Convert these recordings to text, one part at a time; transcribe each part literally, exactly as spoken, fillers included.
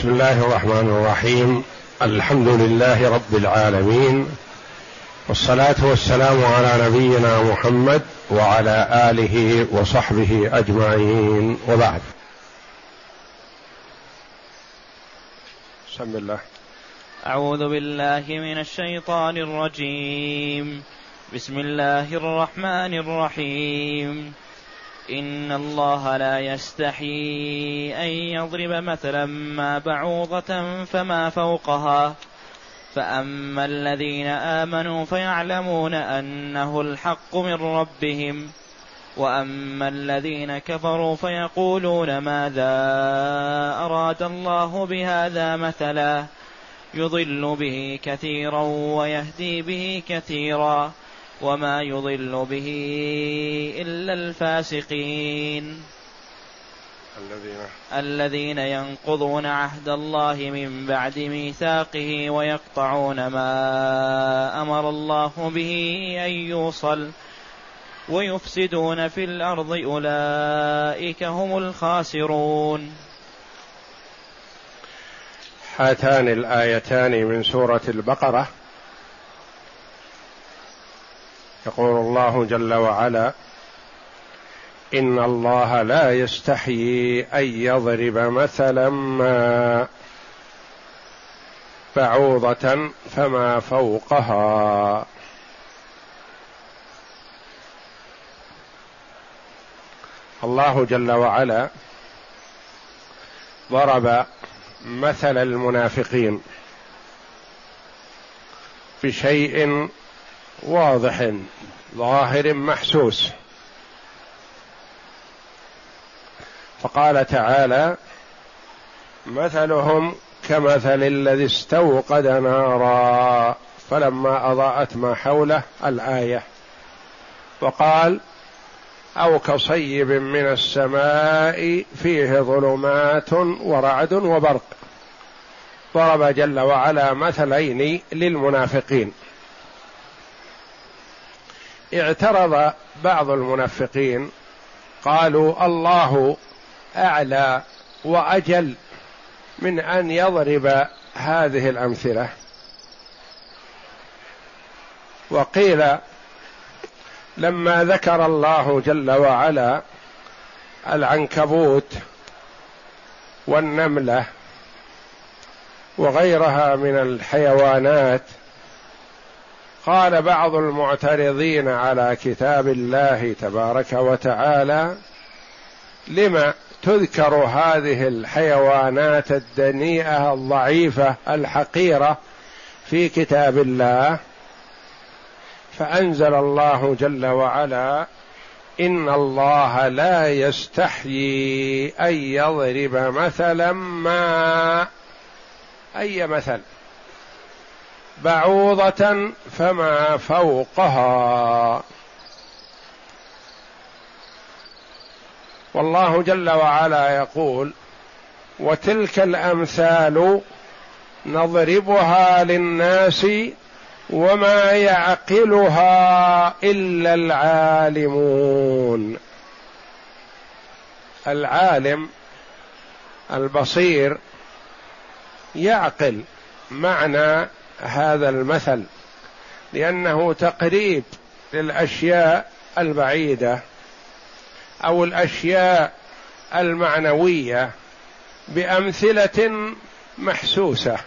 بسم الله الرحمن الرحيم. الحمد لله رب العالمين، والصلاة والسلام على نبينا محمد وعلى آله وصحبه أجمعين، وبعد. بسم الله. أعوذ بالله من الشيطان الرجيم. بسم الله الرحمن الرحيم. إن الله لا يستحيي أن يضرب مثلا ما بعوضة فما فوقها، فأما الذين آمنوا فيعلمون أنه الحق من ربهم، وأما الذين كفروا فيقولون ماذا أراد الله بهذا مثلا، يضل به كثيرا ويهدي به كثيرا، وما يضل به إلا الفاسقين الذين, الذين ينقضون عهد الله من بعد ميثاقه ويقطعون ما أمر الله به أن يوصل ويفسدون في الأرض، أولئك هم الخاسرون. هاتان الآيتان من سورة البقرة يقول الله جل وعلا: إن الله لا يستحيي أن يضرب مثلا ما بعوضة فما فوقها. الله جل وعلا ضرب مثل المنافقين بشيء واضح ظاهر محسوس، فقال تعالى: مثلهم كمثل الذي استوقد نارا فلما أضاءت ما حوله الآية، وقال: أو كصيب من السماء فيه ظلمات ورعد وبرق. ضرب جل وعلا مثلين للمنافقين. اعترض بعض المنافقين قالوا: الله أعلى وأجل من أن يضرب هذه الأمثلة. وقيل لما ذكر الله جل وعلا العنكبوت والنملة وغيرها من الحيوانات، قال بعض المعترضين على كتاب الله تبارك وتعالى: لما تذكر هذه الحيوانات الدنيئة الضعيفة الحقيرة في كتاب الله؟ فأنزل الله جل وعلا: إن الله لا يستحيي أن يضرب مثلا ما، أي مثل، بعوضة فما فوقها. والله جل وعلا يقول: وتلك الأمثال نضربها للناس وما يعقلها إلا العالمون. العالم البصير يعقل معنى هذا المثل، لأنه تقريب للأشياء البعيدة أو الأشياء المعنوية بأمثلة محسوسة.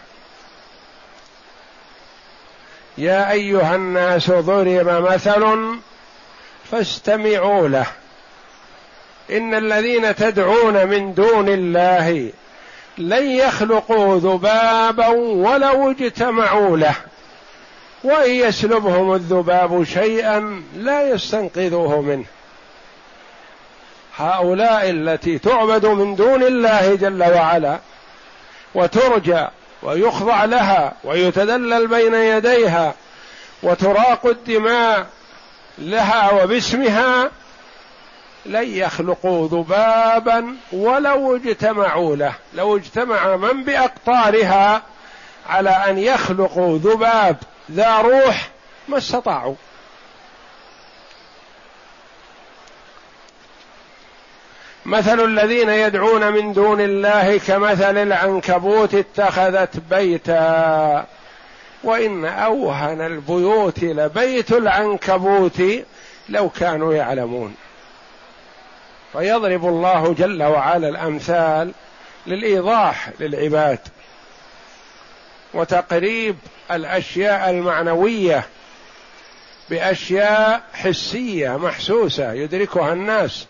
يا أيها الناس ضرب مثل فاستمعوا له، إن الذين تدعون من دون الله لن يخلقوا ذبابا ولو اجتمعوا له، وإن يسلبهم الذباب شيئا لا يستنقذوه منه. هؤلاء التي تعبد من دون الله جل وعلا وترجى ويخضع لها ويتذلل بين يديها وتراق الدماء لها وباسمها، لن يخلقوا ذبابا ولو اجتمعوا له. لو اجتمع من بأقطارها على أن يخلقوا ذباب ذا روح ما استطاعوا. مثل الذين يدعون من دون الله كمثل العنكبوت اتخذت بيتا وإن أوهن البيوت لبيت العنكبوت لو كانوا يعلمون. فيضرب الله جل وعلا الأمثال للإيضاح للعباد وتقريب الأشياء المعنوية بأشياء حسية محسوسة يدركها الناس.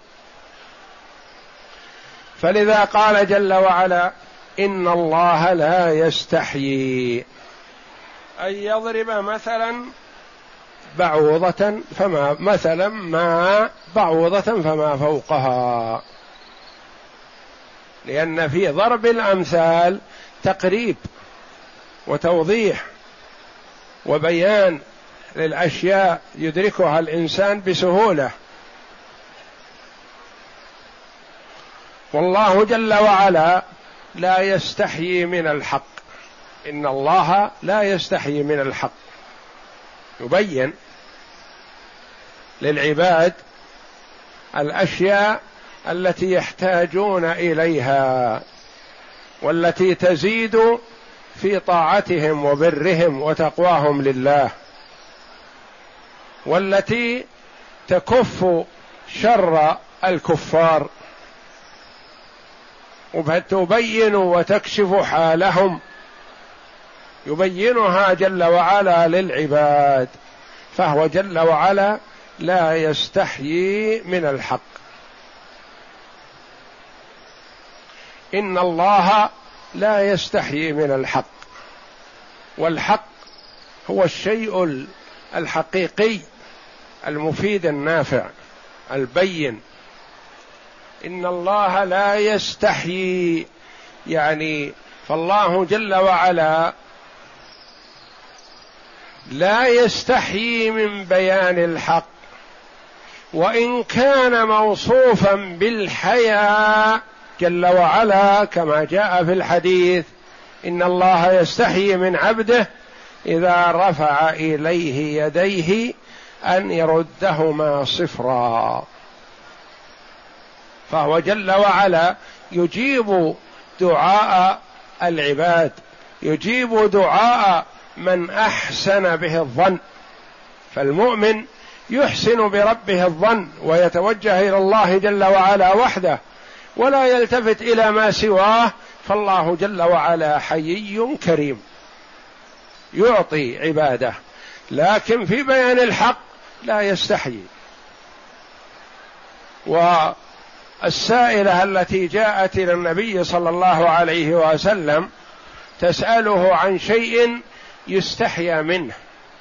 فلذا قال جل وعلا إن الله لا يستحيي أن يضرب مثلا بعوضة فما مثلا ما بعوضة فما فوقها، لأن في ضرب الأمثال تقريب وتوضيح وبيان للأشياء يدركها الإنسان بسهولة. والله جل وعلا لا يستحيي من الحق، إن الله لا يستحيي من الحق، يبين للعباد الأشياء التي يحتاجون إليها والتي تزيد في طاعتهم وبرهم وتقواهم لله، والتي تكف شر الكفار وتبين وتكشف حالهم، يبينها جل وعلا للعباد. فهو جل وعلا لا يستحيي من الحق. إن الله لا يستحيي من الحق، والحق هو الشيء الحقيقي المفيد النافع البين. إن الله لا يستحيي يعني فالله جل وعلا لا يستحيي من بيان الحق، وإن كان موصوفا بالحياء جل وعلا كما جاء في الحديث إن الله يستحيي من عبده إذا رفع إليه يديه أن يردهما صفرا. فهو جل وعلا يجيب دعاء العباد، يجيب دعاء من أحسن به الظن. فالمؤمن يحسن بربه الظن ويتوجه إلى الله جل وعلا وحده ولا يلتفت إلى ما سواه، فالله جل وعلا حيي كريم يعطي عباده، لكن في بيان الحق لا يستحيي. والسائلة التي جاءت إلى النبي صلى الله عليه وسلم تسأله عن شيء يستحيا منه،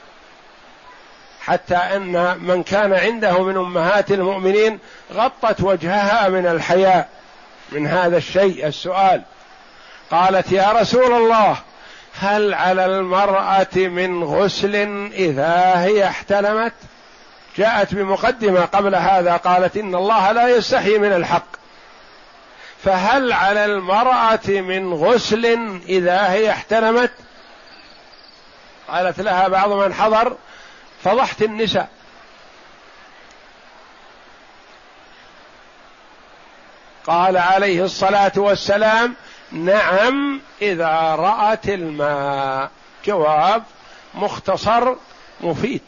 حتى أن من كان عنده من أمهات المؤمنين غطت وجهها من الحياء من هذا الشيء السؤال. قالت يا رسول الله هل على المرأة من غسل إذا هي احتلمت؟ جاءت بمقدمة قبل هذا قالت إن الله لا يستحي من الحق، فهل على المرأة من غسل إذا هي احتلمت؟ قالت لها بعض من حضر فضحت النساء. قال عليه الصلاة والسلام نعم إذا رأت الماء. جواب مختصر مفيد.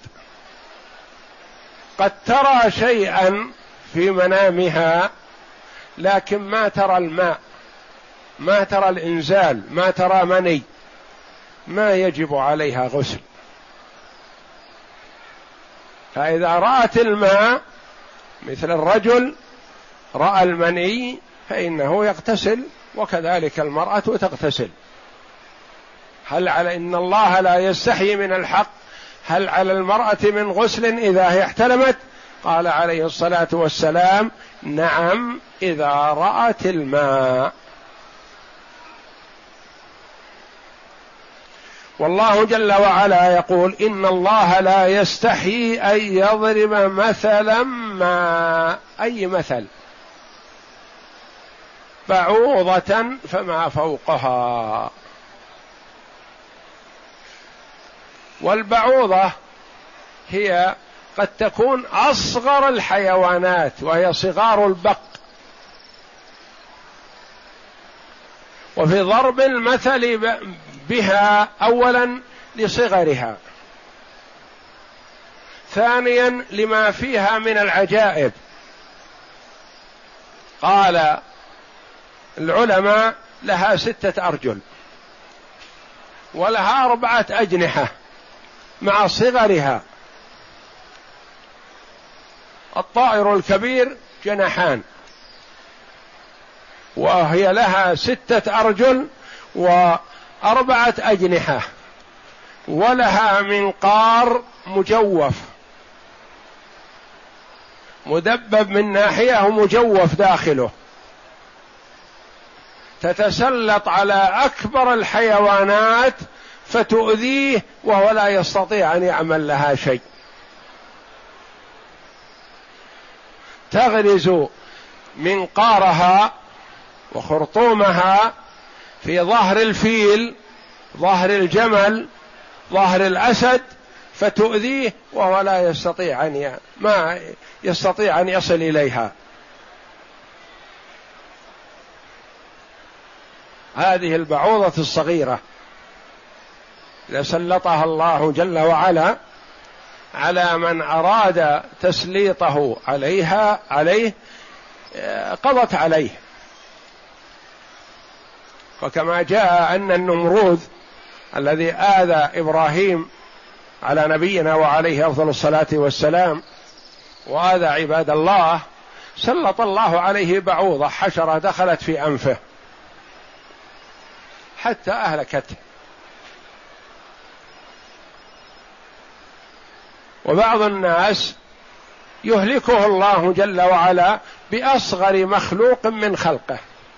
قد ترى شيئا في منامها لكن ما ترى الماء، ما ترى الإنزال، ما ترى مني، ما يجب عليها غسل. فإذا رأت الماء مثل الرجل رأى المني فإنه يغتسل، وكذلك المرأة تغتسل. هل على إن الله لا يستحي من الحق هل على المرأة من غسل إذا هي احتلمت؟ قال عليه الصلاة والسلام نعم إذا رأت الماء. والله جل وعلا يقول إن الله لا يستحي أن يضرب مثلا ما، أي مثل، بعوضة فما فوقها. والبعوضة هي قد تكون أصغر الحيوانات وهي صغار البق، وفي ضرب المثل بها أولا لصغرها، ثانيا لما فيها من العجائب. قال العلماء لها ستة أرجل ولها أربعة أجنحة مع صغرها. الطائر الكبير جناحان، وهي لها ستة أرجل وأربعة أجنحة، ولها منقار مجوف مدبب من ناحية ومجوف داخله، تتسلط على أكبر الحيوانات فتؤذيه وهو لا يستطيع أن يعمل لها شيء. تغرز منقارها وخرطومها في ظهر الفيل، ظهر الجمل، ظهر الأسد، فتؤذيه وهو لا يستطيع أن ي... ما يستطيع أن يصل إليها. هذه البعوضة الصغيرة إذا سلطها الله جل وعلا على من أراد تسليطه عليها عليه قضت عليه. وكما جاء أن النمرود الذي آذى إبراهيم على نبينا وعليه أفضل الصلاة والسلام وآذى عباد الله، سلط الله عليه بعوضة حشرة دخلت في أنفه حتى أهلكته. وبعض الناس يهلكه الله جل وعلا بأصغر مخلوق من خلقه،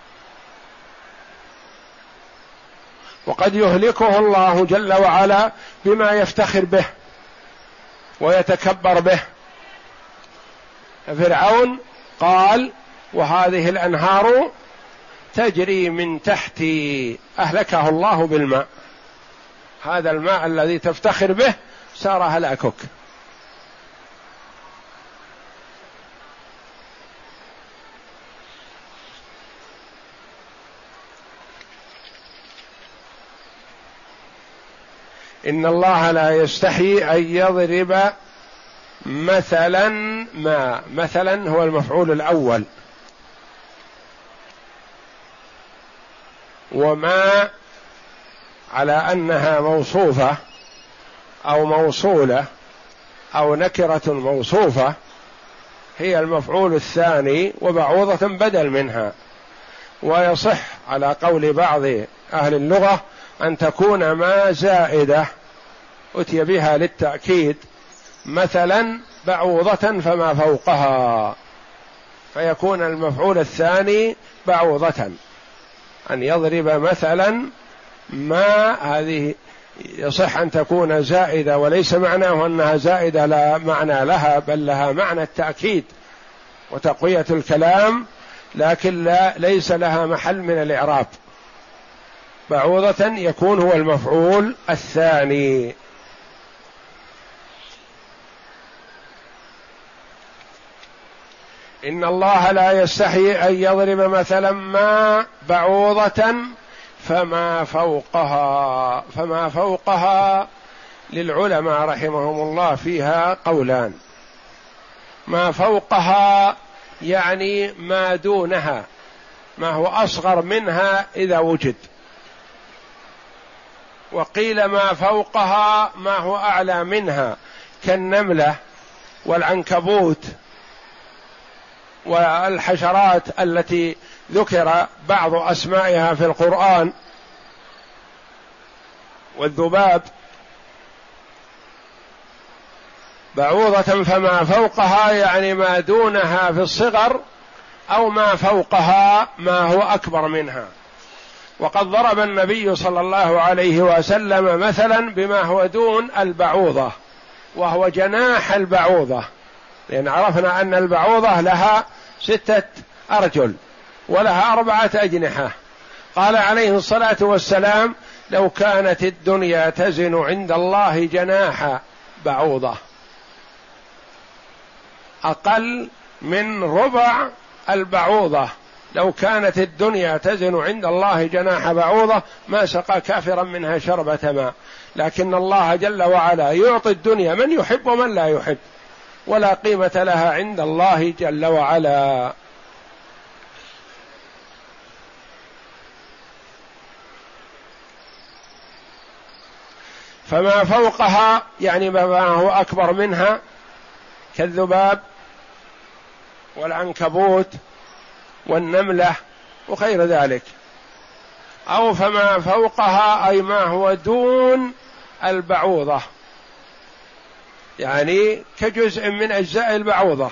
وقد يهلكه الله جل وعلا بما يفتخر به ويتكبر به. فرعون قال: وهذه الأنهار تجري من تحتي، أهلكه الله بالماء. هذا الماء الذي تفتخر به صار هلاكك. إن الله لا يستحي أن يضرب مثلا ما، مثلا هو المفعول الأول، وما على أنها موصوفة أو موصولة أو نكرة موصوفة هي المفعول الثاني، وبعوضة بدل منها. ويصح على قول بعض أهل اللغة أن تكون ما زائدة أتي بها للتأكيد، مثلا بعوضة فما فوقها، فيكون المفعول الثاني بعوضة. أن يضرب مثلا ما، هذه يصح أن تكون زائدة، وليس معناه أنها زائدة لا معنى لها، بل لها معنى التأكيد وتقوية الكلام، لكن لا ليس لها محل من الإعراب. بعوضة يكون هو المفعول الثاني. إن الله لا يستحي أن يضرب مثلا ما بعوضة فما فوقها. فما فوقها للعلماء رحمهم الله فيها قولان. ما فوقها يعني ما دونها، ما هو أصغر منها إذا وجد، وقيل ما فوقها ما هو أعلى منها كالنملة والعنكبوت والحشرات التي ذكر بعض أسمائها في القرآن، والذباب. بعوضة فما فوقها يعني ما دونها في الصغر، أو ما فوقها ما هو أكبر منها. وقد ضرب النبي صلى الله عليه وسلم مثلا بما هو دون البعوضة، وهو جناح البعوضة، لأن عرفنا أن البعوضة لها ستة أرجل ولها أربعة أجنحة. قال عليه الصلاة والسلام: لو كانت الدنيا تزن عند الله جناح بعوضة، أقل من ربع البعوضة لو كانت الدنيا تزن عند الله جناح بعوضة ما سقى كافرا منها شربة ماء، لكن الله جل وعلا يعطي الدنيا من يحب ومن لا يحب، ولا قيمة لها عند الله جل وعلا. فما فوقها يعني ما هو أكبر منها كالذباب والعنكبوت والنملة وغير ذلك، أو فما فوقها أي ما هو دون البعوضة، يعني كجزء من أجزاء البعوضة.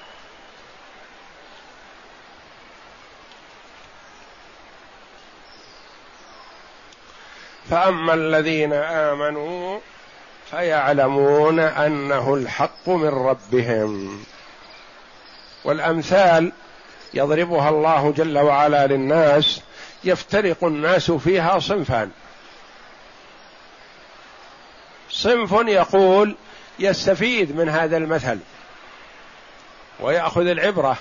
فأما الذين آمنوا فيعلمون أنه الحق من ربهم. والأمثال يضربها الله جل وعلا للناس، يفترق الناس فيها صنفان: صنف يقول يستفيد من هذا المثل ويأخذ العبرة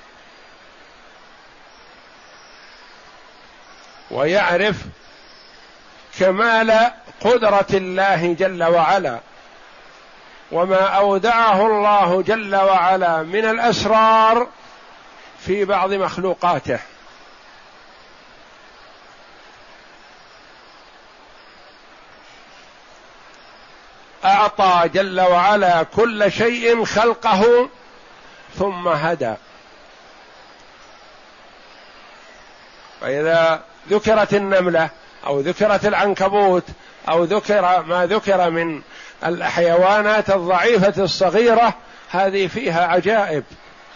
ويعرف كمال قدرة الله جل وعلا وما أودعه الله جل وعلا من الأسرار في بعض مخلوقاته، أعطى جل وعلا كل شيء خلقه ثم هدى. فإذا ذكرت النملة أو ذكرت العنكبوت أو ذكر ما ذكر من الحيوانات الضعيفة الصغيرة، هذه فيها عجائب،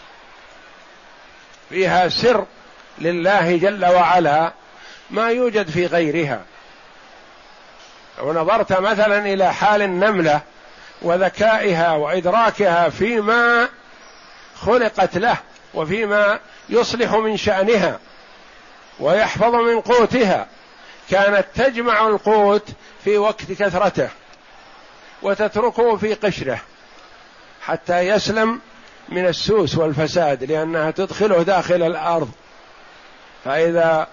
فيها سر لله جل وعلا ما يوجد في غيرها. لو نظرت مثلا إلى حال النملة وذكائها وإدراكها فيما خلقت له وفيما يصلح من شأنها ويحفظ من قوتها، كانت تجمع القوت في وقت كثرته وتتركه في قشره حتى يسلم من السوس والفساد، لأنها تدخله داخل الأرض. فإذا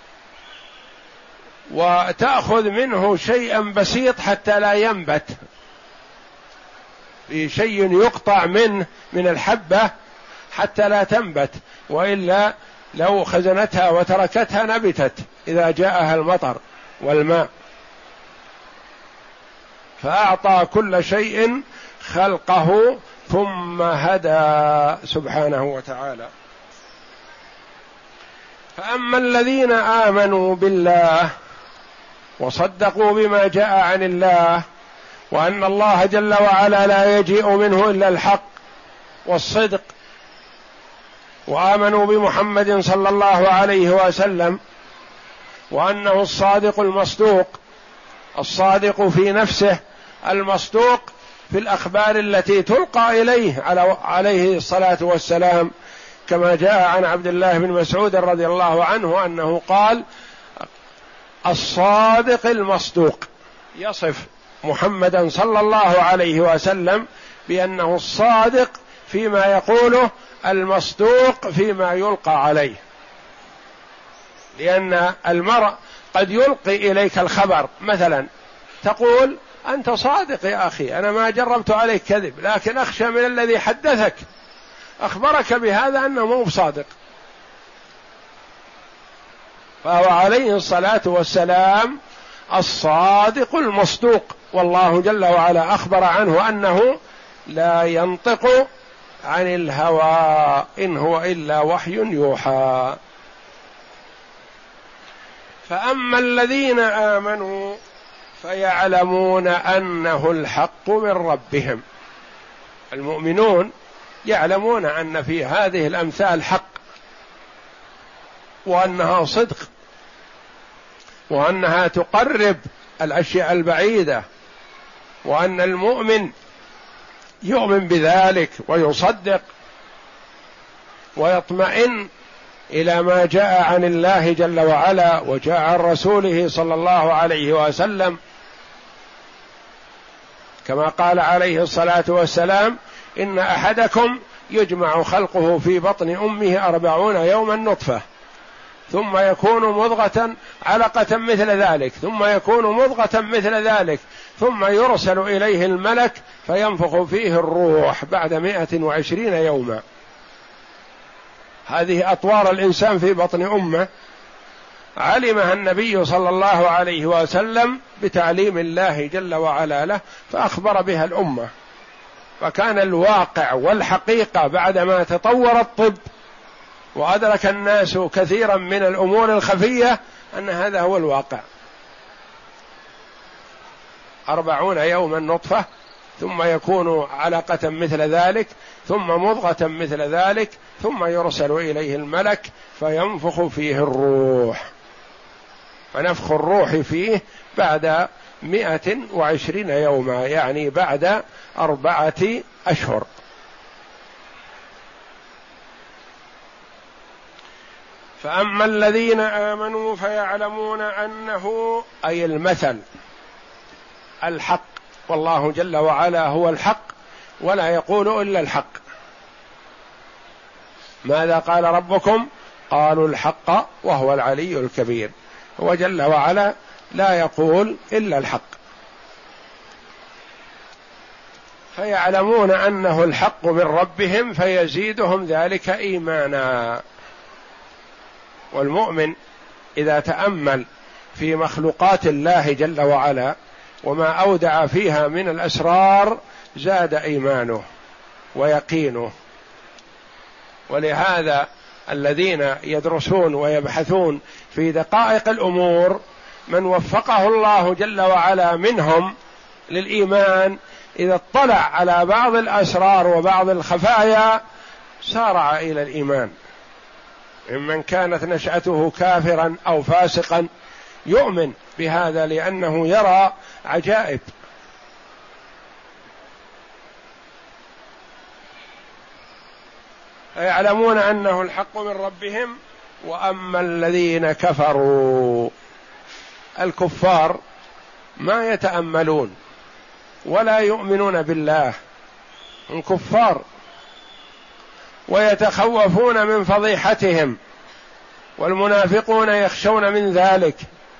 وتأخذ منه شيئا بسيط حتى لا ينبت، في شيء يقطع منه من الحبة حتى لا تنبت، وإلا لو خزنتها وتركتها نبتت إذا جاءها المطر والماء. فأعطى كل شيء خلقه ثم هدى سبحانه وتعالى. فأما الذين آمنوا بالله وصدقوا بما جاء عن الله، وأن الله جل وعلا لا يجيء منه إلا الحق والصدق، وآمنوا بمحمد صلى الله عليه وسلم وأنه الصادق المصدوق، الصادق في نفسه المصدوق في الأخبار التي تلقى إليه عليه الصلاة والسلام، كما جاء عن عبد الله بن مسعود رضي الله عنه أنه قال: الصادق المصدوق، يصف محمدا صلى الله عليه وسلم بأنه الصادق فيما يقوله، المصدوق فيما يلقى عليه. لأن المرء قد يلقي إليك الخبر، مثلا تقول: أنت صادق يا أخي، أنا ما جربت عليك كذب، لكن أخشى من الذي حدثك أخبرك بهذا أنه مو بصادق. فهو عليه الصلاة والسلام الصادق المصدوق، والله جل وعلا أخبر عنه أنه لا ينطق عن الهوى إن هو إلا وحي يوحى. فأما الذين آمنوا فيعلمون أنه الحق من ربهم. المؤمنون يعلمون أن في هذه الأمثال حق، وأنها صدق، وأنها تقرب الأشياء البعيدة، وأن المؤمن يؤمن بذلك ويصدق ويطمئن إلى ما جاء عن الله جل وعلا وجاء عن رسوله صلى الله عليه وسلم، كما قال عليه الصلاة والسلام: إن أحدكم يجمع خلقه في بطن أمه أربعون يوما نطفة ثم يكون مضغة علقة مثل ذلك، ثم يكون مضغة مثل ذلك، ثم يرسل إليه الملك فينفخ فيه الروح بعد مائة وعشرين يوما. هذه أطوار الإنسان في بطن أمه علمها النبي صلى الله عليه وسلم بتعليم الله جل وعلا له، فأخبر بها الأمة. فكان الواقع والحقيقة بعدما تطور الطب وأدرك الناس كثيرا من الأمور الخفية أن هذا هو الواقع. أربعون يوما نطفة، ثم يكون علقة مثل ذلك، ثم مضغة مثل ذلك، ثم يرسل إليه الملك فينفخ فيه الروح. فنفخ الروح فيه بعد مئة وعشرين يوما، يعني بعد أربعة أشهر. فأما الذين آمنوا فيعلمون أنه أي المثل الحق، والله جل وعلا هو الحق ولا يقول إلا الحق. ماذا قال ربكم؟ قالوا الحق وهو العلي الكبير. هو جل وعلا لا يقول إلا الحق. فيعلمون أنه الحق من ربهم فيزيدهم ذلك إيمانا. والمؤمن إذا تأمل في مخلوقات الله جل وعلا وما أودع فيها من الأسرار زاد إيمانه ويقينه. ولهذا الذين يدرسون ويبحثون في دقائق الأمور من وفقه الله جل وعلا منهم للإيمان إذا اطلع على بعض الأسرار وبعض الخفايا سارع إلى الإيمان، ممن كانت نشأته كافرا أو فاسقا يؤمن بهذا لأنه يرى عجائب. فيعلمون أنه الحق من ربهم. وأما الذين كفروا، الكفار ما يتأملون ولا يؤمنون بالله، هم كفار ويتخوفون من فضيحتهم، والمنافقون يخشون من ذلك.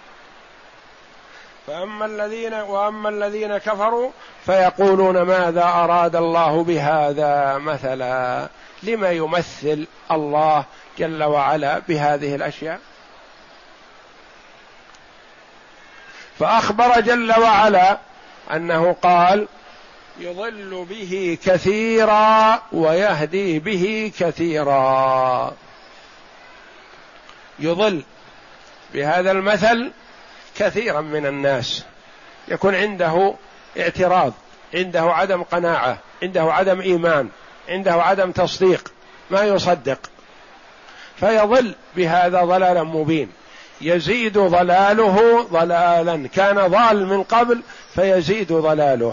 فأما الذين وأما الذين كفروا فيقولون ماذا أراد الله بهذا مثلا، لما يمثل الله جل وعلا بهذه الأشياء. فأخبر جل وعلا أنه قال يضل به كثيرا ويهدي به كثيرا. يضل بهذا المثل كثيرا من الناس، يكون عنده اعتراض، عنده عدم قناعة، عنده عدم إيمان، عنده عدم تصديق، ما يصدق، فيضل بهذا ضلالا مبين. يزيد ضلاله ضلالا، كان ضال من قبل فيزيد ضلاله.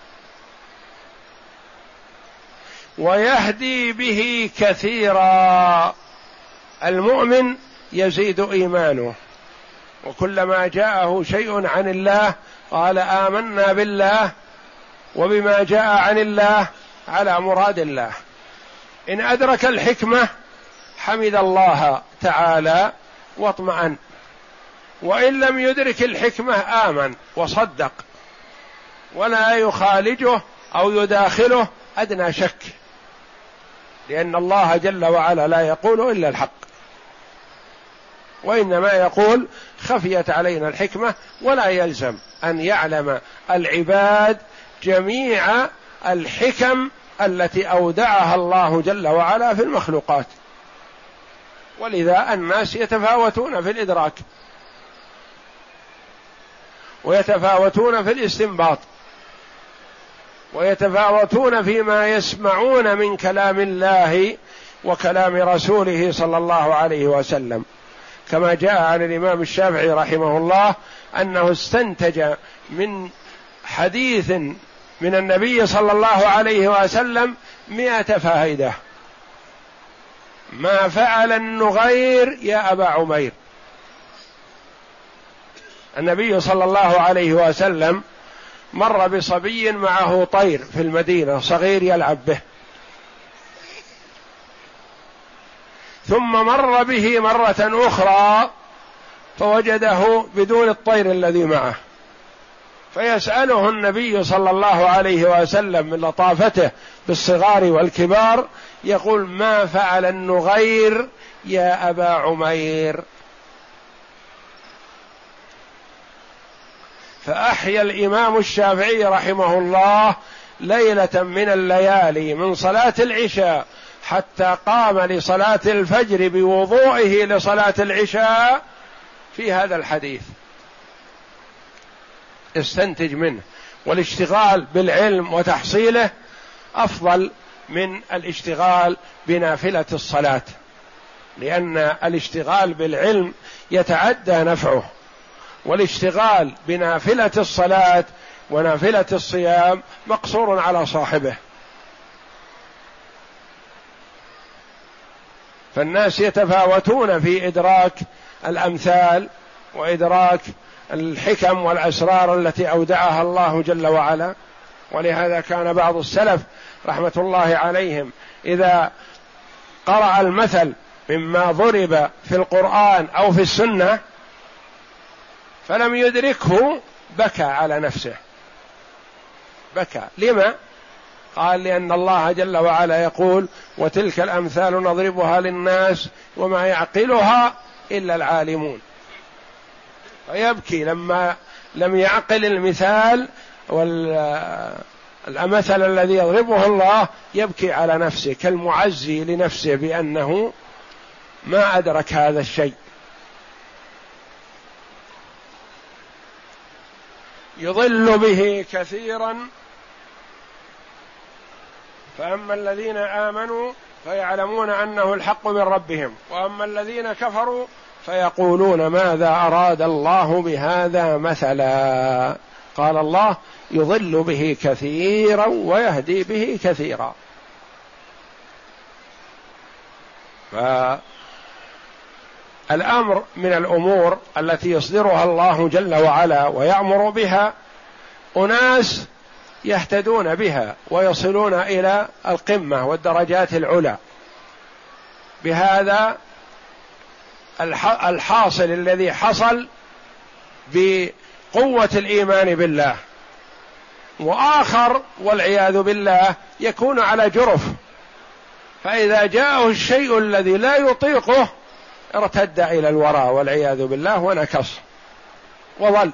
ويهدي به كثيرا، المؤمن يزيد إيمانه، وكلما جاءه شيء عن الله قال آمنا بالله وبما جاء عن الله على مراد الله. إن أدرك الحكمة حمد الله تعالى واطمأن، وإن لم يدرك الحكمة آمن وصدق، ولا يخالجه أو يداخله أدنى شك، لأن الله جل وعلا لا يقول إلا الحق، وإنما يقول خفيت علينا الحكمة. ولا يلزم أن يعلم العباد جميع الحكم التي أودعها الله جل وعلا في المخلوقات، ولذا الناس يتفاوتون في الإدراك ويتفاوتون في الاستنباط ويتفاوتون فيما يسمعون من كلام الله وكلام رسوله صلى الله عليه وسلم، كما جاء عن الإمام الشافعي رحمه الله أنه استنتج من حديث من النبي صلى الله عليه وسلم مئة فائدة. ما فعل النغير يا أبا عمير. النبي صلى الله عليه وسلم مر بصبي معه طير في المدينة صغير يلعب به، ثم مر به مرة أخرى فوجده بدون الطير الذي معه، فيسأله النبي صلى الله عليه وسلم من لطافته بالصغار والكبار، يقول: ما فعل النغير يا أبا عمير؟ فأحيا الإمام الشافعي رحمه الله ليلة من الليالي من صلاة العشاء حتى قام لصلاة الفجر بوضوئه لصلاة العشاء في هذا الحديث. استنتج منه، والاشتغال بالعلم وتحصيله أفضل من الاشتغال بنافلة الصلاة، لأن الاشتغال بالعلم يتعدى نفعه، والاشتغال بنافلة الصلاة ونافلة الصيام مقصور على صاحبه. فالناس يتفاوتون في إدراك الأمثال وإدراك الحكم والأسرار التي أودعها الله جل وعلا. ولهذا كان بعض السلف رحمة الله عليهم إذا قرأ المثل مما ضرب في القرآن أو في السنة فلم يدركه بكى على نفسه. بكى لما؟ قال: لأن الله جل وعلا يقول: وتلك الأمثال نضربها للناس وما يعقلها إلا العالمون. فيبكي لما لم يعقل المثال والمثل الذي يضربه الله، يبكي على نفسه كالمعزي لنفسه بأنه ما أدرك هذا الشيء. يضل به كثيرا، فأما الذين آمنوا فيعلمون أنه الحق من ربهم، وأما الذين كفروا فيقولون ماذا أراد الله بهذا مثلا. قال الله: يضل به كثيرا ويهدي به كثيرا. فالأمر من الأمور التي يصدرها الله جل وعلا ويأمر بها أناس يهتدون بها ويصلون إلى القمة والدرجات العلى بهذا الحاصل الذي حصل بقوة الإيمان بالله. وآخر والعياذ بالله يكون على جرف، فإذا جاءه الشيء الذي لا يطيقه ارتد إلى الوراء والعياذ بالله ونكص وضل.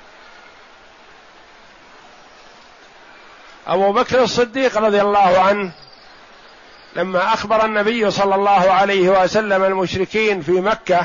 أبو بكر الصديق رضي الله عنه لما أخبر النبي صلى الله عليه وسلم المشركين في مكة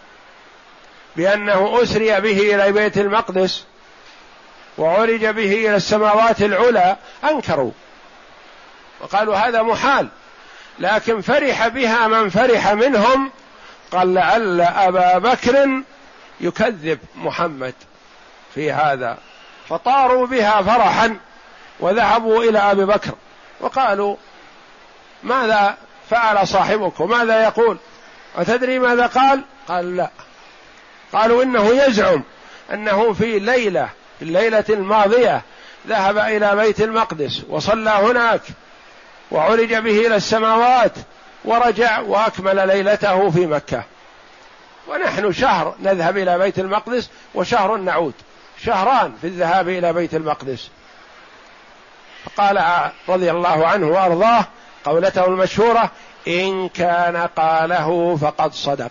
بأنه أسري به إلى بيت المقدس وعرج به إلى السماوات العلى أنكروا وقالوا هذا محال، لكن فرح بها من فرح منهم. قال: لعل أبا بكر يكذب محمد في هذا، فطاروا بها فرحا وذهبوا إلى أبي بكر وقالوا: ماذا فعل صاحبك وماذا يقول؟ أتدري ماذا قال؟ قال: لا. قالوا: إنه يزعم أنه في ليلة في الليلة الماضية ذهب إلى بيت المقدس وصلى هناك وعرج به إلى السماوات ورجع وأكمل ليلته في مكة، ونحن شهر نذهب إلى بيت المقدس وشهر نعود، شهران في الذهاب إلى بيت المقدس. فقال رضي الله عنه وأرضاه قولته المشهورة: إن كان قاله فقد صدق.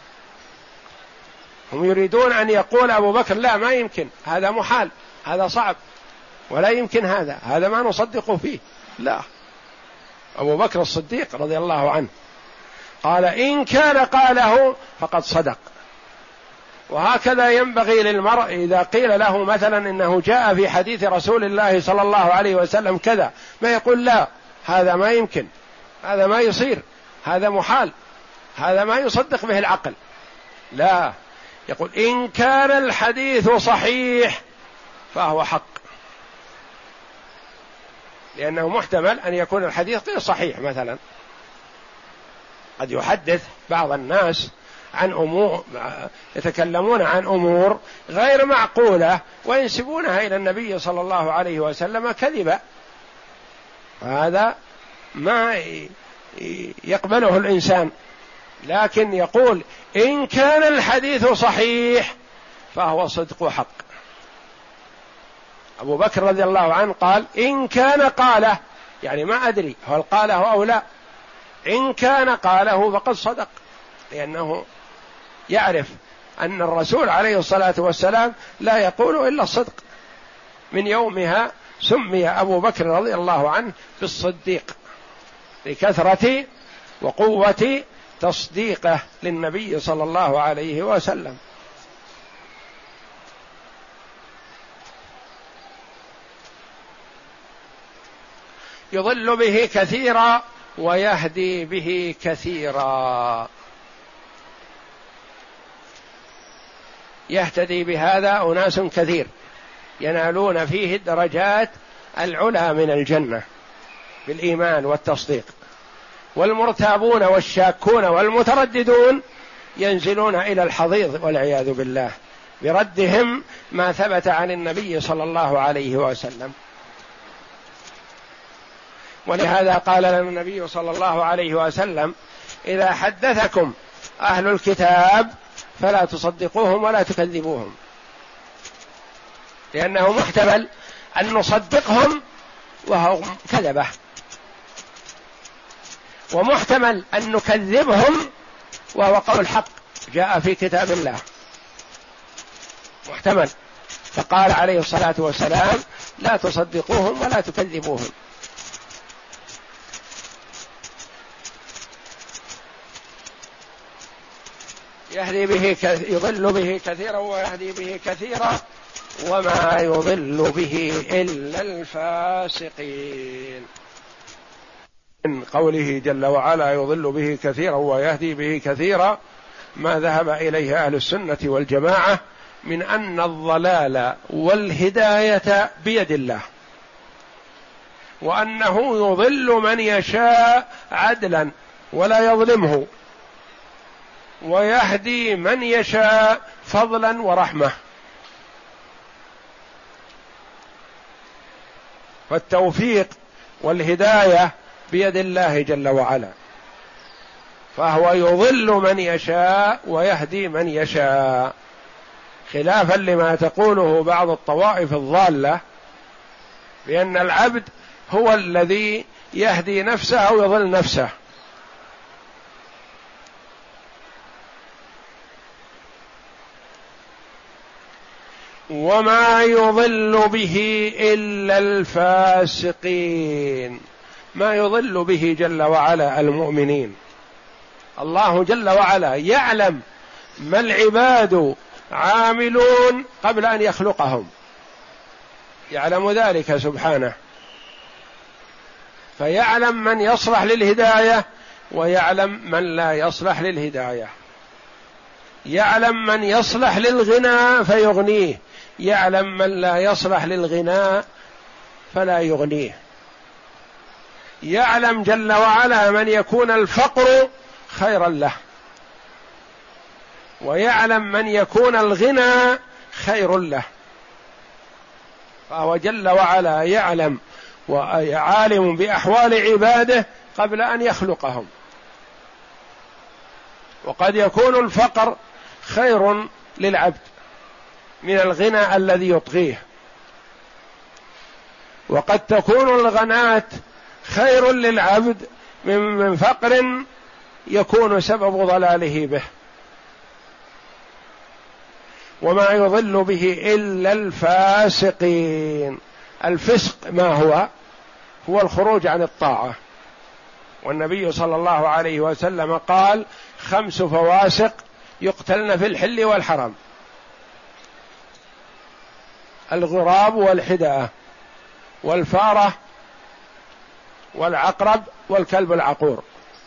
هم يريدون أن يقول أبو بكر: لا، ما يمكن، هذا محال، هذا صعب، ولا يمكن هذا هذا ما نصدق فيه. لا، أبو بكر الصديق رضي الله عنه قال: إن كان قاله فقد صدق. وهكذا ينبغي للمرء إذا قيل له مثلا إنه جاء في حديث رسول الله صلى الله عليه وسلم كذا، ما يقول: لا، هذا ما يمكن، هذا ما يصير، هذا محال، هذا ما يصدق به العقل. لا، يقول: إن كان الحديث صحيح فهو حق، لأنه محتمل أن يكون الحديث غير صحيح. مثلا قد يحدث بعض الناس عن أمور، يتكلمون عن أمور غير معقولة وينسبونها إلى النبي صلى الله عليه وسلم كذبا، هذا ما يقبله الإنسان. لكن يقول إن كان الحديث صحيح فهو صدق حق. أبو بكر رضي الله عنه قال إن كان قاله، يعني ما أدري هل قاله أو لا، إن كان قاله فقد صدق، لأنه يعرف أن الرسول عليه الصلاة والسلام لا يقول إلا الصدق. من يومها سمي أبو بكر رضي الله عنه بالصديق لكثرة وقوة تصديقه للنبي صلى الله عليه وسلم. يضل به كثيرا ويهدي به كثيرا. يهتدي بهذا أناس كثير ينالون فيه الدرجات العلى من الجنة بالإيمان والتصديق، والمرتابون والشاكون والمترددون ينزلون إلى الحضيض والعياذ بالله بردهم ما ثبت عن النبي صلى الله عليه وسلم. ولهذا قال لنا النبي صلى الله عليه وسلم إذا حدثكم أهل الكتاب فلا تصدقوهم ولا تكذبوهم، لأنه محتمل أن نصدقهم وهم كذبة، ومحتمل أن نكذبهم وهو قول حق جاء في كتاب الله، محتمل. فقال عليه الصلاة والسلام لا تصدقوهم ولا تكذبوهم. يهدي به يضل به كثيرا ويهدي به كثيرا وما يضل به إلا الفاسقين. من قوله جل وعلا يضل به كثيرا ويهدي به كثيرا ما ذهب إليه أهل السنة والجماعة من أن الضلال والهداية بيد الله، وأنه يضل من يشاء عدلا ولا يظلمه، ويهدي من يشاء فضلا ورحمة. فالتوفيق والهداية بيد الله جل وعلا، فهو يضل من يشاء ويهدي من يشاء، خلافا لما تقوله بعض الطوائف الضالة بأن العبد هو الذي يهدي نفسه أو يضل نفسه. وما يضل به إلا الفاسقين، ما يضل به جل وعلا المؤمنين. الله جل وعلا يعلم ما العباد عاملون قبل أن يخلقهم، يعلم ذلك سبحانه، فيعلم من يصلح للهداية ويعلم من لا يصلح للهداية، يعلم من يصلح للغنى فيغنيه، يعلم من لا يصلح للغنى فلا يغنيه، يعلم جل وعلا من يكون الفقر خيرا له، ويعلم من يكون الغنى خير له، فهو جل وعلا يعلم وعالم بأحوال عباده قبل أن يخلقهم. وقد يكون الفقر خير للعبد من الغنى الذي يطغيه، وقد تكون الغناة خير للعبد من فقر يكون سبب ضلاله به. وما يضل به إلا الفاسقين. الفسق ما هو؟ هو الخروج عن الطاعة، والنبي صلى الله عليه وسلم قال خمس فواسق يقتلن في الحل والحرم: الغراب والحدأة والفارة والعقرب والكلب العقور.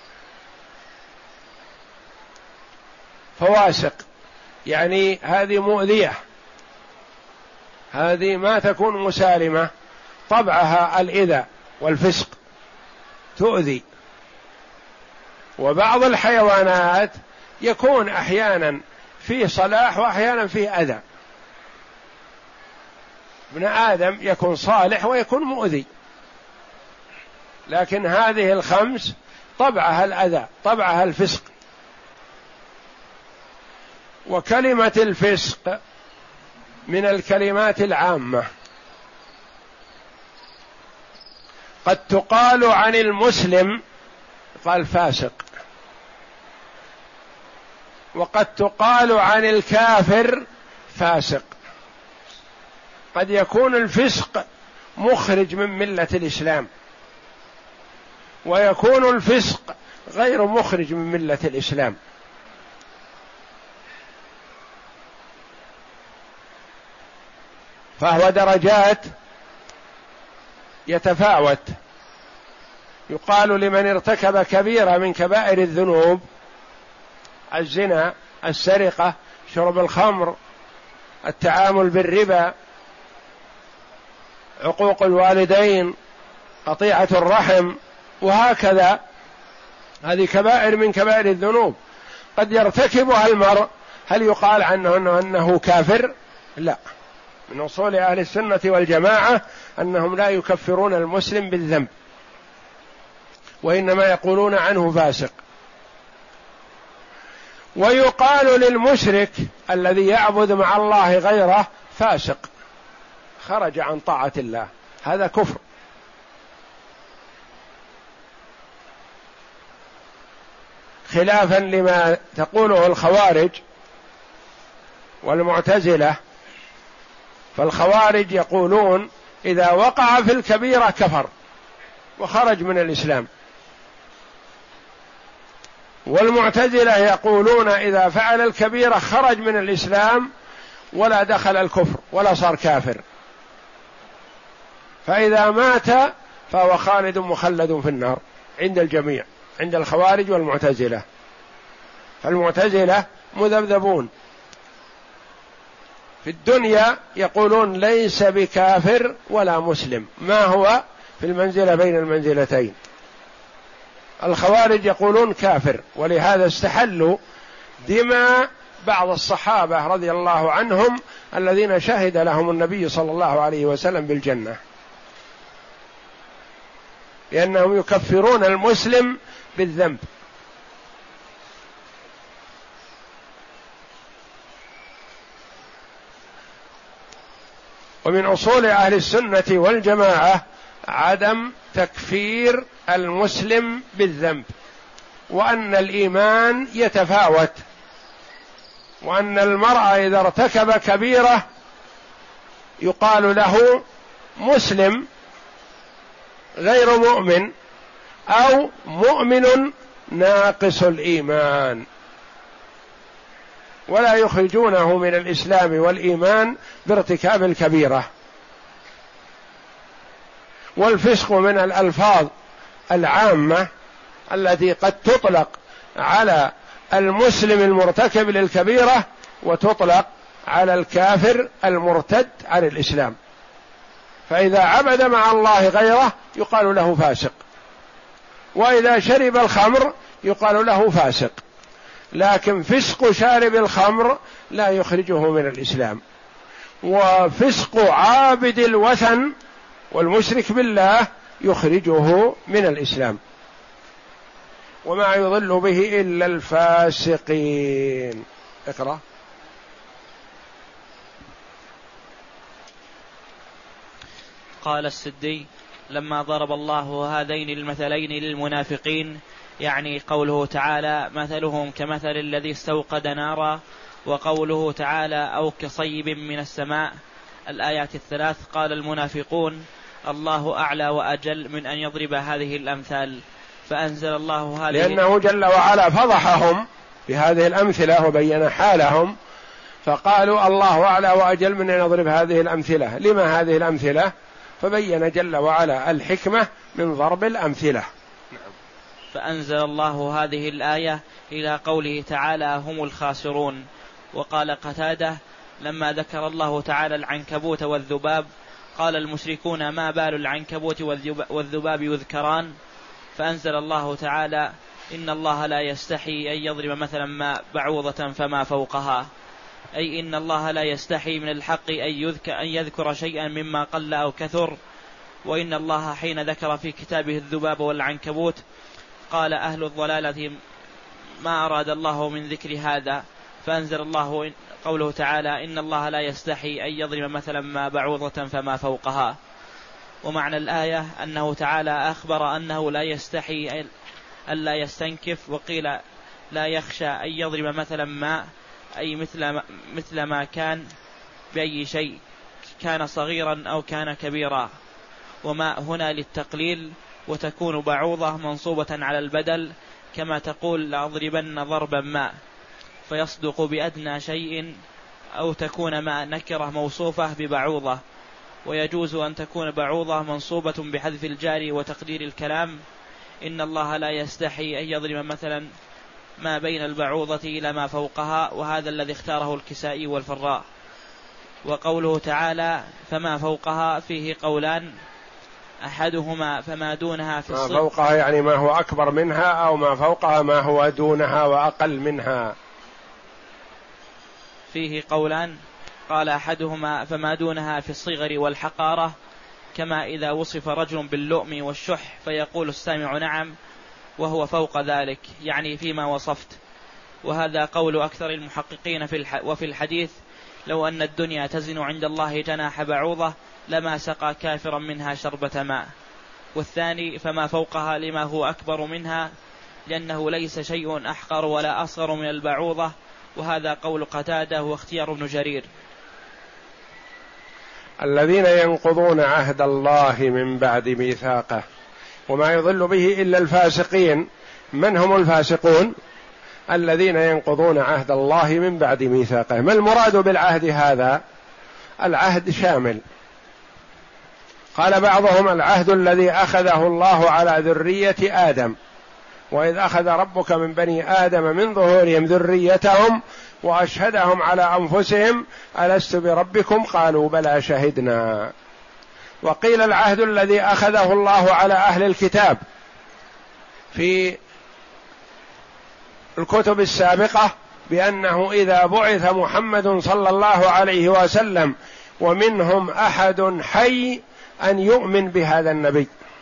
فواسق يعني هذه مؤذية، هذه ما تكون مسالمة، طبعها الإذى والفسق تؤذي. وبعض الحيوانات يكون أحيانا فيه صلاح وأحيانا فيه أذى. ابن آدم يكون صالح ويكون مؤذي، لكن هذه الخمس طبعها الأذى، طبعها الفسق، وكلمة الفسق من الكلمات العامة، قد تقال عن المسلم قال فاسق، وقد تقال عن الكافر فاسق. قد يكون الفسق مخرج من ملة الإسلام، ويكون الفسق غير مخرج من ملة الإسلام. فهو درجات يتفاوت. يقال لمن ارتكب كبيرة من كبائر الذنوب، الزنا، السرقة، شرب الخمر، التعامل بالربا، عقوق الوالدين، قطيعة الرحم، وهكذا، هذه كبائر من كبائر الذنوب قد يرتكبها المرء. هل يقال عنه أنه, أنه كافر؟ لا. من أصول أهل السنة والجماعة أنهم لا يكفرون المسلم بالذنب، وإنما يقولون عنه فاسق. ويقال للمشرك الذي يعبد مع الله غيره فاسق، خرج عن طاعة الله، هذا كفر. خلافا لما تقوله الخوارج والمعتزلة. فالخوارج يقولون إذا وقع في الكبيرة كفر وخرج من الإسلام، والمعتزلة يقولون إذا فعل الكبيرة خرج من الإسلام ولا دخل الكفر ولا صار كافر، فإذا مات فهو خالد مخلد في النار عند الجميع، عند الخوارج والمعتزلة. فالمعتزلة مذبذبون في الدنيا، يقولون ليس بكافر ولا مسلم، ما هو في المنزلة بين المنزلتين. الخوارج يقولون كافر، ولهذا استحلوا دماء بعض الصحابة رضي الله عنهم الذين شهد لهم النبي صلى الله عليه وسلم بالجنة، لأنهم يكفرون المسلم بالذنب. ومن أصول أهل السنة والجماعة عدم تكفير المسلم بالذنب، وأن الإيمان يتفاوت، وأن المرء إذا ارتكب كبيرة يقال له مسلم غير مؤمن أو مؤمن ناقص الإيمان، ولا يخرجونه من الإسلام والإيمان بارتكاب الكبيرة. والفسق من الألفاظ العامة التي قد تطلق على المسلم المرتكب للكبيرة وتطلق على الكافر المرتد عن الإسلام. فإذا عبد مع الله غيره يقال له فاسق، وإذا شرب الخمر يقال له فاسق، لكن فسق شارب الخمر لا يخرجه من الإسلام، وفسق عابد الوثن والمشرك بالله يخرجه من الإسلام، وما يضل به إلا الفاسقين. اقرأ. قال السدي: لما ضرب الله هذين المثلين للمنافقين، يعني قوله تعالى مثلهم كمثل الذي استوقد نارا، وقوله تعالى أو كصيب من السماء، الآيات الثلاث، قال المنافقون الله أعلى وأجل من أن يضرب هذه الأمثال، فأنزل الله هذه، لأنه جل وعلا فضحهم بهذه الأمثلة وبين حالهم، فقالوا الله أعلى وأجل من أن يضرب هذه الأمثلة. لما هذه الأمثلة؟ فبين جل وعلا الحكمة من ضرب الأمثلة. فأنزل الله هذه الآية إلى قوله تعالى هم الخاسرون. وقال قتادة لما ذكر الله تعالى العنكبوت والذباب قال المشركون ما بال العنكبوت والذباب يذكران، فأنزل الله تعالى إن الله لا يستحي أن يضرب مثلا ما بعوضة فما فوقها، أي إن الله لا يستحي من الحق أن يذكر, أن يذكر شيئا مما قل أو كثر. وإن الله حين ذكر في كتابه الذباب والعنكبوت قال أهل الضلالة ما أراد الله من ذكر هذا، فأنزل الله قوله تعالى إن الله لا يستحي أن يضرب مثلا ما بعوضة فما فوقها. ومعنى الآية أنه تعالى أخبر أنه لا يستحي ألا يستنكف، وقيل لا يخشى أن يضرب مثلا ما أي مثل, مثل ما كان بأي شيء كان صغيرا أو كان كبيرا، وما هنا للتقليل، وتكون بعوضة منصوبة على البدل كما تقول لأضربن ضربا ما، فيصدق بأدنى شيء، أو تكون ما نكرة موصوفة ببعوضة. ويجوز أن تكون بعوضة منصوبة بحذف الجار وتقدير الكلام إن الله لا يستحي أن يضرب مثلا ما بين البعوضة إلى ما فوقها، وهذا الذي اختاره الكسائي والفراء. وقوله تعالى فما فوقها فيه قولان، أحدهما فما دونها في الصدق، ما فوقها يعني ما هو أكبر منها، أو ما فوقها ما هو دونها وأقل منها. فيه قولان، قال أحدهما فما دونها في الصغر والحقارة، كما إذا وصف رجل باللؤم والشح فيقول السامع نعم وهو فوق ذلك، يعني فيما وصفت. وهذا قول أكثر المحققين في الح... وفي الحديث لو أن الدنيا تزن عند الله جناح بعوضة لما سقى كافرا منها شربة ماء. والثاني فما فوقها لما هو أكبر منها، لأنه ليس شيء أحقر ولا أصغر من البعوضة، وهذا قول قتادة واختيار ابن جرير. الذين ينقضون عهد الله من بعد ميثاقه، وما يضل به إلا الفاسقين. من هم الفاسقون؟ الذين ينقضون عهد الله من بعد ميثاقه. ما المراد بالعهد هذا؟ العهد شامل. قال بعضهم العهد الذي أخذه الله على ذرية آدم، وإذ أخذ ربك من بني آدم من ظهورهم ذريتهم وأشهدهم على أنفسهم ألست بربكم قالوا بلى شهدنا. وقيل العهد الذي أخذه الله على أهل الكتاب في الكتب السابقة، بأنه إذا بعث محمد صلى الله عليه وسلم ومنهم أحد حي أن يؤمن بهذا النبي.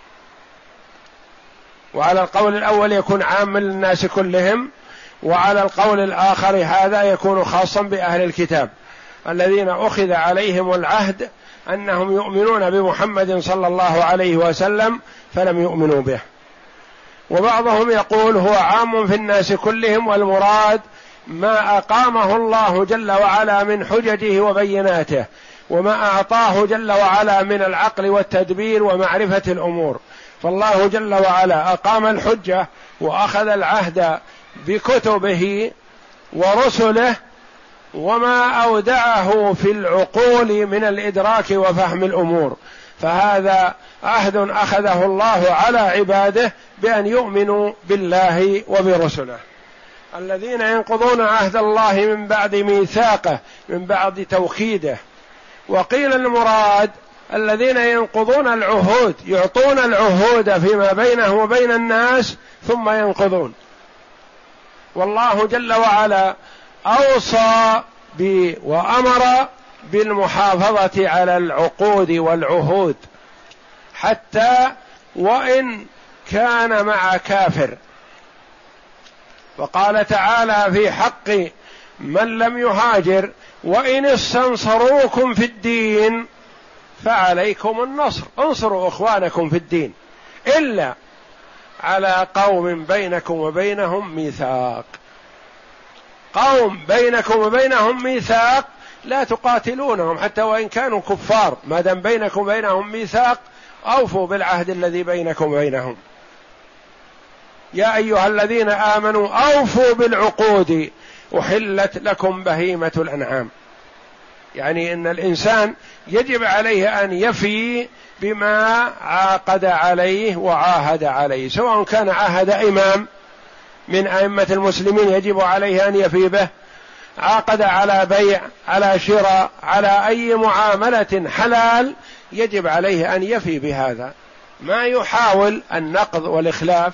وعلى القول الأول يكون عام للناس كلهم، وعلى القول الآخر هذا يكون خاصا بأهل الكتاب الذين أخذ عليهم العهد أنهم يؤمنون بمحمد صلى الله عليه وسلم فلم يؤمنوا به. وبعضهم يقول هو عام في الناس كلهم، والمراد ما أقامه الله جل وعلا من حججه وبيناته، وما أعطاه جل وعلا من العقل والتدبير ومعرفة الأمور. فالله جل وعلا أقام الحجة وأخذ العهد بكتبه ورسله وما أودعه في العقول من الإدراك وفهم الأمور، فهذا عهد أخذه الله على عباده بأن يؤمنوا بالله وبرسله. الذين ينقضون عهد الله من بعد ميثاقه، من بعد توكيده. وقيل المراد الذين ينقضون العهود، يعطون العهود فيما بينه وبين الناس ثم ينقضون. والله جل وعلا أوصى ب وأمر بالمحافظة على العقود والعهود حتى وإن كان مع كافر. وقال تعالى في حق من لم يهاجر وإن استنصروكم في الدين فعليكم النصر، انصروا إخوانكم في الدين إلا على قوم بينكم وبينهم ميثاق. قوم بينكم وبينهم ميثاق لا تقاتلونهم حتى وإن كانوا كفار، ما دام بينكم وبينهم ميثاق أوفوا بالعهد الذي بينكم وبينهم. يا أيها الذين آمنوا أوفوا بالعقود أحلت لكم بهيمة الأنعام. يعني إن الإنسان يجب عليه أن يفي بما عاقد عليه وعاهد عليه، سواء كان عاهد إمام من أئمة المسلمين يجب عليه أن يفي به، عاقد على بيع، على شراء، على أي معاملة حلال يجب عليه أن يفي بهذا، ما يحاول النقض والإخلاف.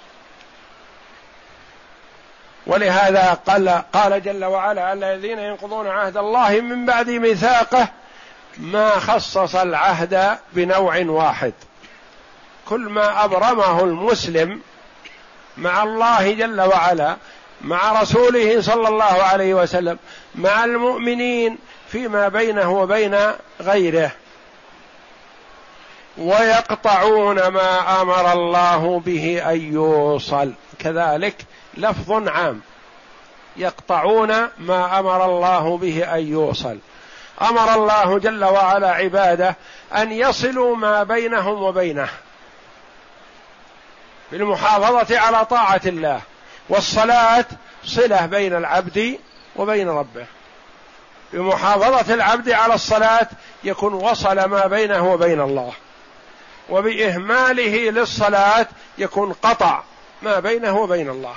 ولهذا قال, قال جل وعلا الذين ينقضون عهد الله من بعد ميثاقه، ما خصص العهد بنوع واحد. كل ما أبرمه المسلم مع الله جل وعلا مع رسوله صلى الله عليه وسلم، مع المؤمنين فيما بينه وبين غيره، ويقطعون ما أمر الله به أن يوصل، كذلك لفظ عام، يقطعون ما أمر الله به أن يوصل. أمر الله جل وعلا عباده أن يصلوا ما بينهم وبينه بالمحافظة على طاعة الله، والصلاة صلة بين العبد وبين ربه، بمحافظة العبد على الصلاة يكون وصل ما بينه وبين الله، وبإهماله للصلاة يكون قطع ما بينه وبين الله.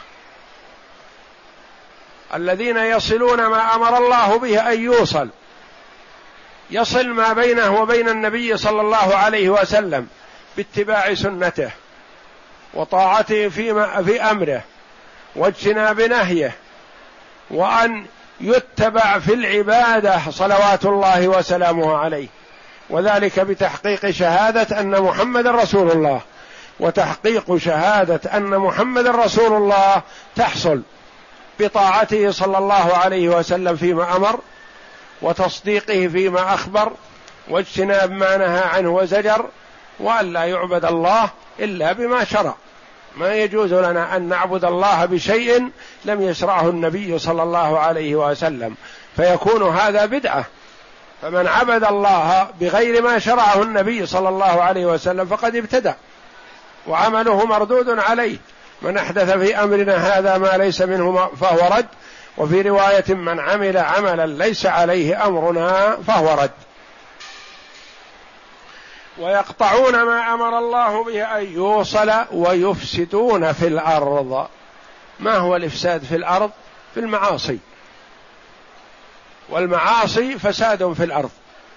الذين يصلون ما أمر الله به أن يوصل، يصل ما بينه وبين النبي صلى الله عليه وسلم باتباع سنته وطاعته فيما في أمره واجتناب نهيه، وأن يتبع في العبادة صلوات الله وسلامه عليه، وذلك بتحقيق شهادة أن محمد رسول الله. وتحقيق شهادة أن محمد رسول الله تحصل بطاعته صلى الله عليه وسلم فيما أمر، وتصديقه فيما أخبر، واجتناب ما نهى عنه وزجر، وأن لا يعبد الله إلا بما شرع. ما يجوز لنا أن نعبد الله بشيء لم يشرعه النبي صلى الله عليه وسلم، فيكون هذا بدعة. فمن عبد الله بغير ما شرعه النبي صلى الله عليه وسلم فقد ابتدع وعمله مردود عليه. من أحدث في أمرنا هذا ما ليس منه فهو رد، وفي رواية من عمل عملا ليس عليه أمرنا فهو رد. ويقطعون ما أمر الله به أن يوصل ويفسدون في الأرض. ما هو الإفساد في الأرض؟ في المعاصي، والمعاصي فساد في الأرض.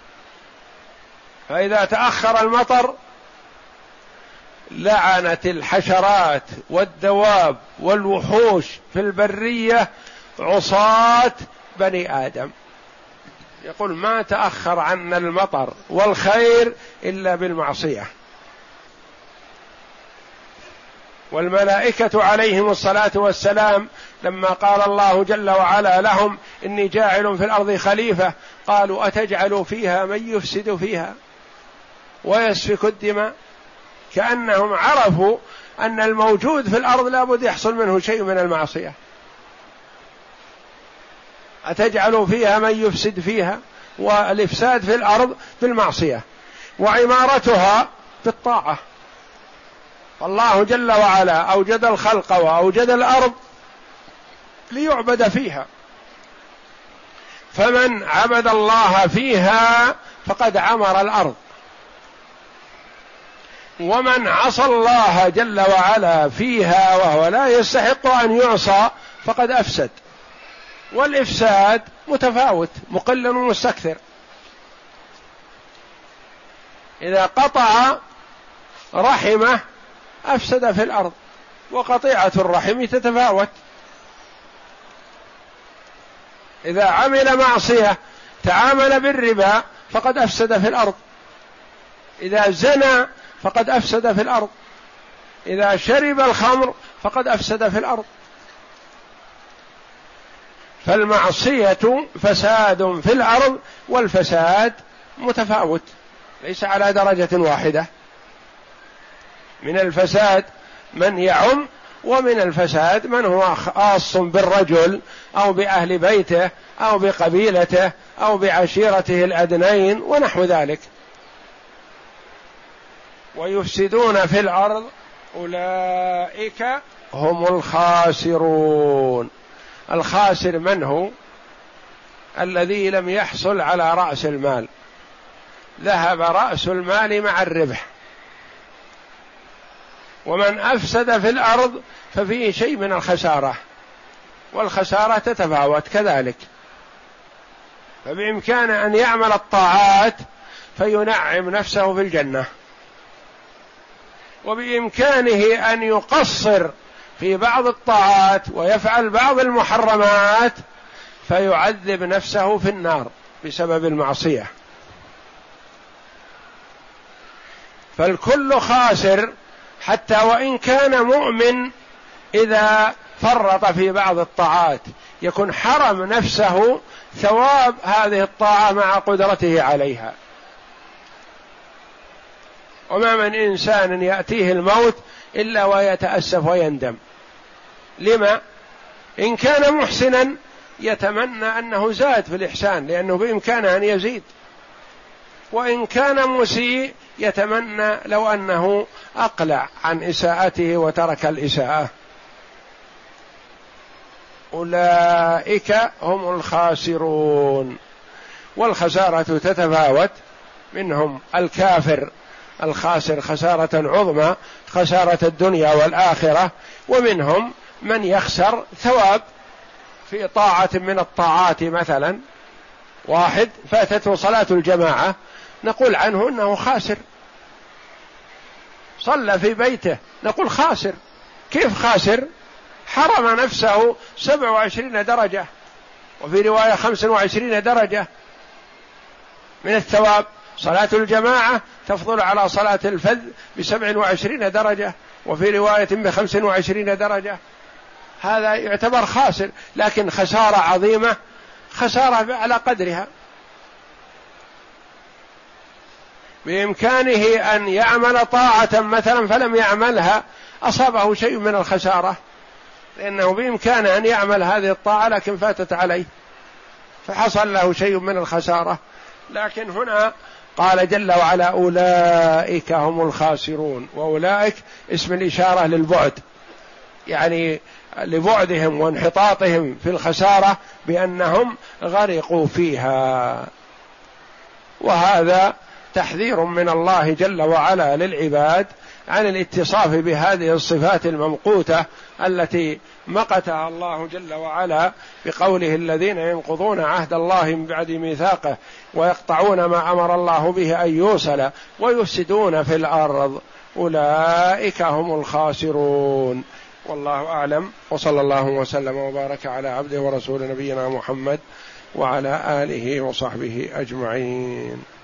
فإذا تأخر المطر لعنت الحشرات والدواب والوحوش في البرية عصاة بني آدم، يقول ما تأخر عنا المطر والخير إلا بالمعصية. والملائكة عليهم الصلاة والسلام لما قال الله جل وعلا لهم إني جاعل في الأرض خليفة، قالوا أتجعل فيها من يفسد فيها ويسفك الدماء، كأنهم عرفوا أن الموجود في الأرض لابد يحصل منه شيء من المعصية. أتجعل فيها من يفسد فيها، والإفساد في الأرض بالمعصية، وعمارتها بالطاعة. فالله جل وعلا أوجد الخلق وأوجد الأرض ليعبد فيها، فمن عبد الله فيها فقد عمر الأرض، ومن عصى الله جل وعلا فيها وهو لا يستحق أن يعصى فقد أفسد. والإفساد متفاوت، مقل ومستكثر. إذا قطع رحمه أفسد في الأرض، وقطيعة الرحم تتفاوت. إذا عمل معصية تعامل بالربا فقد أفسد في الأرض، إذا زنى فقد أفسد في الأرض، إذا شرب الخمر فقد أفسد في الأرض. فالمعصية فساد في الأرض، والفساد متفاوت ليس على درجة واحدة. من الفساد من يعم، ومن الفساد من هو خاص بالرجل أو بأهل بيته أو بقبيلته أو بعشيرته الأدنين ونحو ذلك. ويفسدون في الأرض أولئك هم الخاسرون. الخاسر من هو؟ الذي لم يحصل على رأس المال، ذهب رأس المال مع الربح. ومن أفسد في الأرض ففيه شيء من الخسارة، والخسارة تتفاوت كذلك. فبإمكانه أن يعمل الطاعات فينعم نفسه في الجنة، وبإمكانه أن يقصر في بعض الطاعات ويفعل بعض المحرمات فيعذب نفسه في النار بسبب المعصية. فالكل خاسر، حتى وإن كان مؤمن إذا فرط في بعض الطاعات يكون حرم نفسه ثواب هذه الطاعة مع قدرته عليها. وما من إنسان يأتيه الموت إلا ويتأسف ويندم. لما؟ إن كان محسنا يتمنى أنه زاد في الإحسان لأنه بإمكانه أن يزيد، وإن كان مسيء يتمنى لو أنه أقلع عن إساءته وترك الإساءة. أولئك هم الخاسرون. والخسارة تتفاوت، منهم الكافر الخاسر خسارة عظمى، خسارة الدنيا والآخرة، ومنهم من يخسر ثواب في طاعة من الطاعات. مثلا واحد فاتته صلاة الجماعة نقول عنه إنه خاسر، صلى في بيته نقول خاسر. كيف خاسر؟ حرم نفسه سبع وعشرين درجة، وفي رواية خمس وعشرين درجة من الثواب. صلاة الجماعة تفضل على صلاة الفذ بسبع وعشرين درجة، وفي رواية بخمس وعشرين درجة. هذا يعتبر خاسر، لكن خسارة عظيمة، خسارة على قدرها. بإمكانه أن يعمل طاعة مثلا فلم يعملها، أصابه شيء من الخسارة، لأنه بإمكانه أن يعمل هذه الطاعة لكن فاتت عليه فحصل له شيء من الخسارة. لكن هنا قال جل وعلا أولئك هم الخاسرون، وأولئك اسم الإشارة للبعد، يعني لبعدهم وانحطاطهم في الخسارة بأنهم غرقوا فيها. وهذا تحذير من الله جل وعلا للعباد عن الاتصاف بهذه الصفات الممقوتة التي مقتها الله جل وعلا بقوله الذين ينقضون عهد الله من بعد ميثاقه ويقطعون ما أمر الله به أن يوصل ويفسدون في الأرض أولئك هم الخاسرون. والله أعلم، وصلى الله وسلم وبارك على عبده ورسول نبينا محمد وعلى آله وصحبه أجمعين.